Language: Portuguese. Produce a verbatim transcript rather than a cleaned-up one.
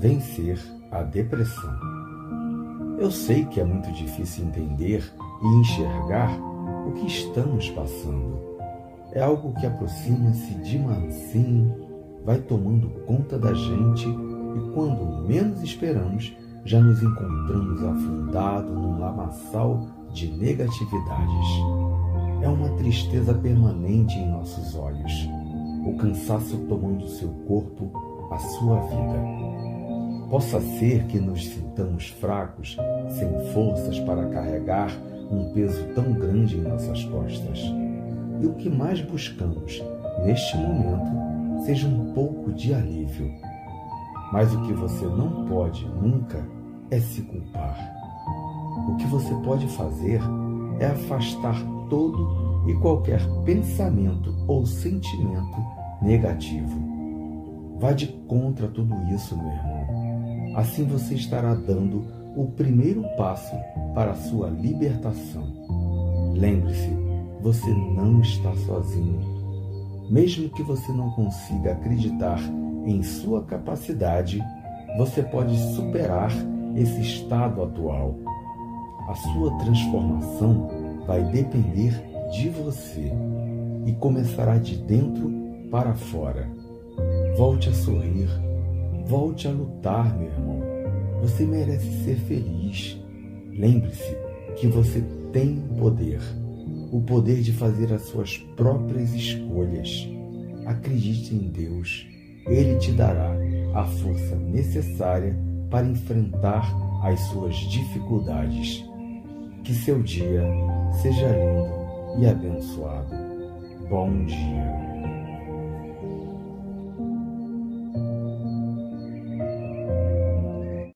vencer a depressão. Eu sei que é muito difícil entender e enxergar o que estamos passando. É algo que aproxima-se de mansinho, vai tomando conta da gente e quando menos esperamos, já nos encontramos afundados num lamaçal de negatividades. É uma tristeza permanente em nossos olhos, o cansaço tomando seu corpo, a sua vida. Possa ser que nos sintamos fracos, sem forças para carregar um peso tão grande em nossas costas. E o que mais buscamos, neste momento, seja um pouco de alívio. Mas o que você não pode nunca é se culpar. O que você pode fazer é afastar todo e qualquer pensamento ou sentimento negativo. Vá de contra tudo isso, meu irmão. Assim você estará dando o primeiro passo para a sua libertação. Lembre-se, você não está sozinho. Mesmo que você não consiga acreditar em sua capacidade, você pode superar esse estado atual. A sua transformação vai depender de você e começará de dentro para fora. Volte a sorrir, volte a lutar, meu irmão. Você merece ser feliz. Lembre-se que você tem poder, o poder de fazer as suas próprias escolhas. Acredite em Deus. Ele te dará a força necessária para enfrentar as suas dificuldades. Que seu dia seja lindo e abençoado. Bom dia.